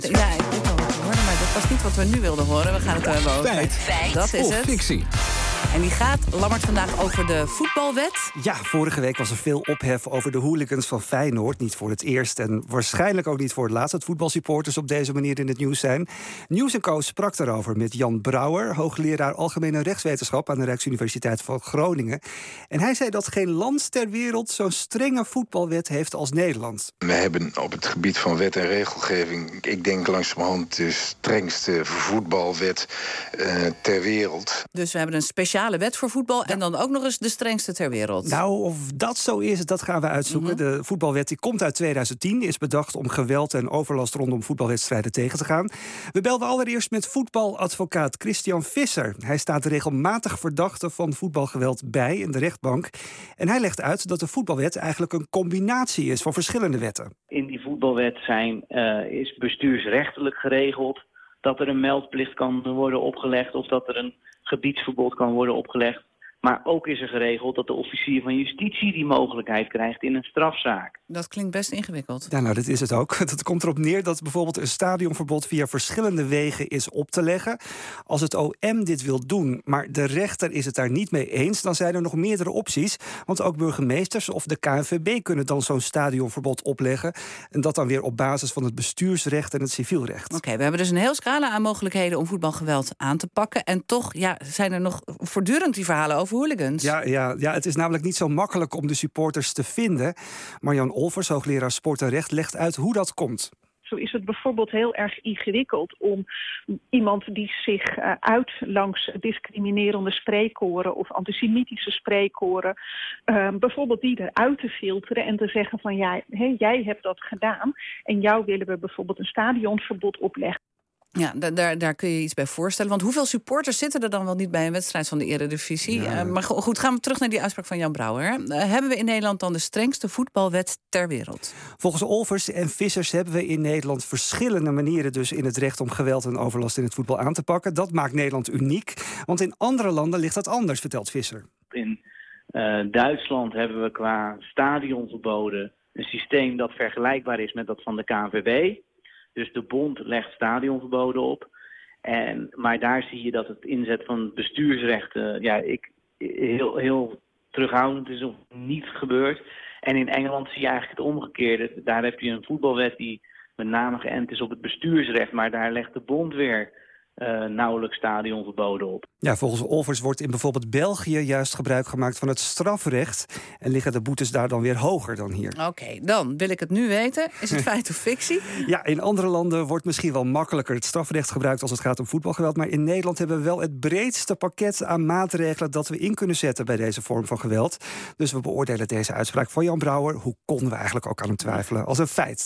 Ja, ik wil het horen, maar dat was niet wat we nu wilden horen. We gaan het hebben over Feit. Dat is Of het. fictie. En die gaat, Lammert, vandaag over de voetbalwet. Ja, vorige week was er veel ophef over de hooligans van Feyenoord. Niet voor het eerst en waarschijnlijk ook niet voor het laatst... dat voetbalsupporters op deze manier in het nieuws zijn. Nieuws & Co sprak daarover met Jan Brouwer... hoogleraar Algemene Rechtswetenschap aan de Rijksuniversiteit van Groningen. En hij zei dat geen land ter wereld zo'n strenge voetbalwet heeft als Nederland. We hebben op het gebied van wet en regelgeving... ik denk langzamerhand de strengste voetbalwet ter wereld. Dus we hebben een speciale wet voor voetbal... en dan ook nog eens de strengste ter wereld. Nou, of dat zo is, dat gaan we uitzoeken. De voetbalwet die komt uit 2010, is bedacht om geweld en overlast rondom voetbalwedstrijden tegen te gaan. We belden allereerst met voetbaladvocaat Christian Visser. Hij staat regelmatig verdachte van voetbalgeweld bij in de rechtbank. En hij legt uit dat de voetbalwet eigenlijk een combinatie is van verschillende wetten. In die voetbalwet is bestuursrechtelijk geregeld dat er een meldplicht kan worden opgelegd of dat er een gebiedsverbod kan worden opgelegd. Maar ook is er geregeld dat de officier van justitie die mogelijkheid krijgt in een strafzaak. Dat klinkt best ingewikkeld. Ja, nou, dat is het ook. Het komt erop neer dat bijvoorbeeld een stadionverbod via verschillende wegen is op te leggen. Als het OM dit wil doen, maar de rechter is het daar niet mee eens, dan zijn er nog meerdere opties. Want ook burgemeesters of de KNVB kunnen dan zo'n stadionverbod opleggen. En dat dan weer op basis van het bestuursrecht en het civielrecht. Oké, we hebben dus een heel scala aan mogelijkheden om voetbalgeweld aan te pakken. En toch zijn er nog voortdurend die verhalen over hooligans. Ja, het is namelijk niet zo makkelijk om de supporters te vinden. Marjan Olvers, hoogleraar sport en recht, legt uit hoe dat komt. Zo is het bijvoorbeeld heel erg ingewikkeld om iemand die zich uit langs discriminerende spreekkoren of antisemitische spreekkoren, bijvoorbeeld die eruit te filteren en te zeggen van jij hebt dat gedaan en jou willen we bijvoorbeeld een stadionverbod opleggen. Ja, daar kun je iets bij voorstellen. Want hoeveel supporters zitten er dan wel niet bij een wedstrijd van de Eredivisie? Ja. Maar goed, gaan we terug naar die uitspraak van Jan Brouwer. Hebben we in Nederland dan de strengste voetbalwet ter wereld? Volgens Olvers en Vissers hebben we in Nederland verschillende manieren dus in het recht om geweld en overlast in het voetbal aan te pakken. Dat maakt Nederland uniek, want in andere landen ligt dat anders, vertelt Visser. In Duitsland hebben we qua stadionverboden een systeem dat vergelijkbaar is met dat van de KNVB. Dus de bond legt stadionverboden op. Maar daar zie je dat het inzet van bestuursrechten heel terughoudend is of niet gebeurt. En in Engeland zie je eigenlijk het omgekeerde. Daar heb je een voetbalwet die met name geënt is op het bestuursrecht. Maar daar legt de bond weer nauwelijks stadionverboden op. Ja, volgens Olvers wordt in bijvoorbeeld België juist gebruik gemaakt van het strafrecht. En liggen de boetes daar dan weer hoger dan hier. Oké, dan wil ik het nu weten. Is het feit of fictie? Ja, in andere landen wordt misschien wel makkelijker het strafrecht gebruikt als het gaat om voetbalgeweld. Maar in Nederland hebben we wel het breedste pakket aan maatregelen dat we in kunnen zetten bij deze vorm van geweld. Dus we beoordelen deze uitspraak van Jan Brouwer, hoe konden we eigenlijk ook aan hem twijfelen, als een feit.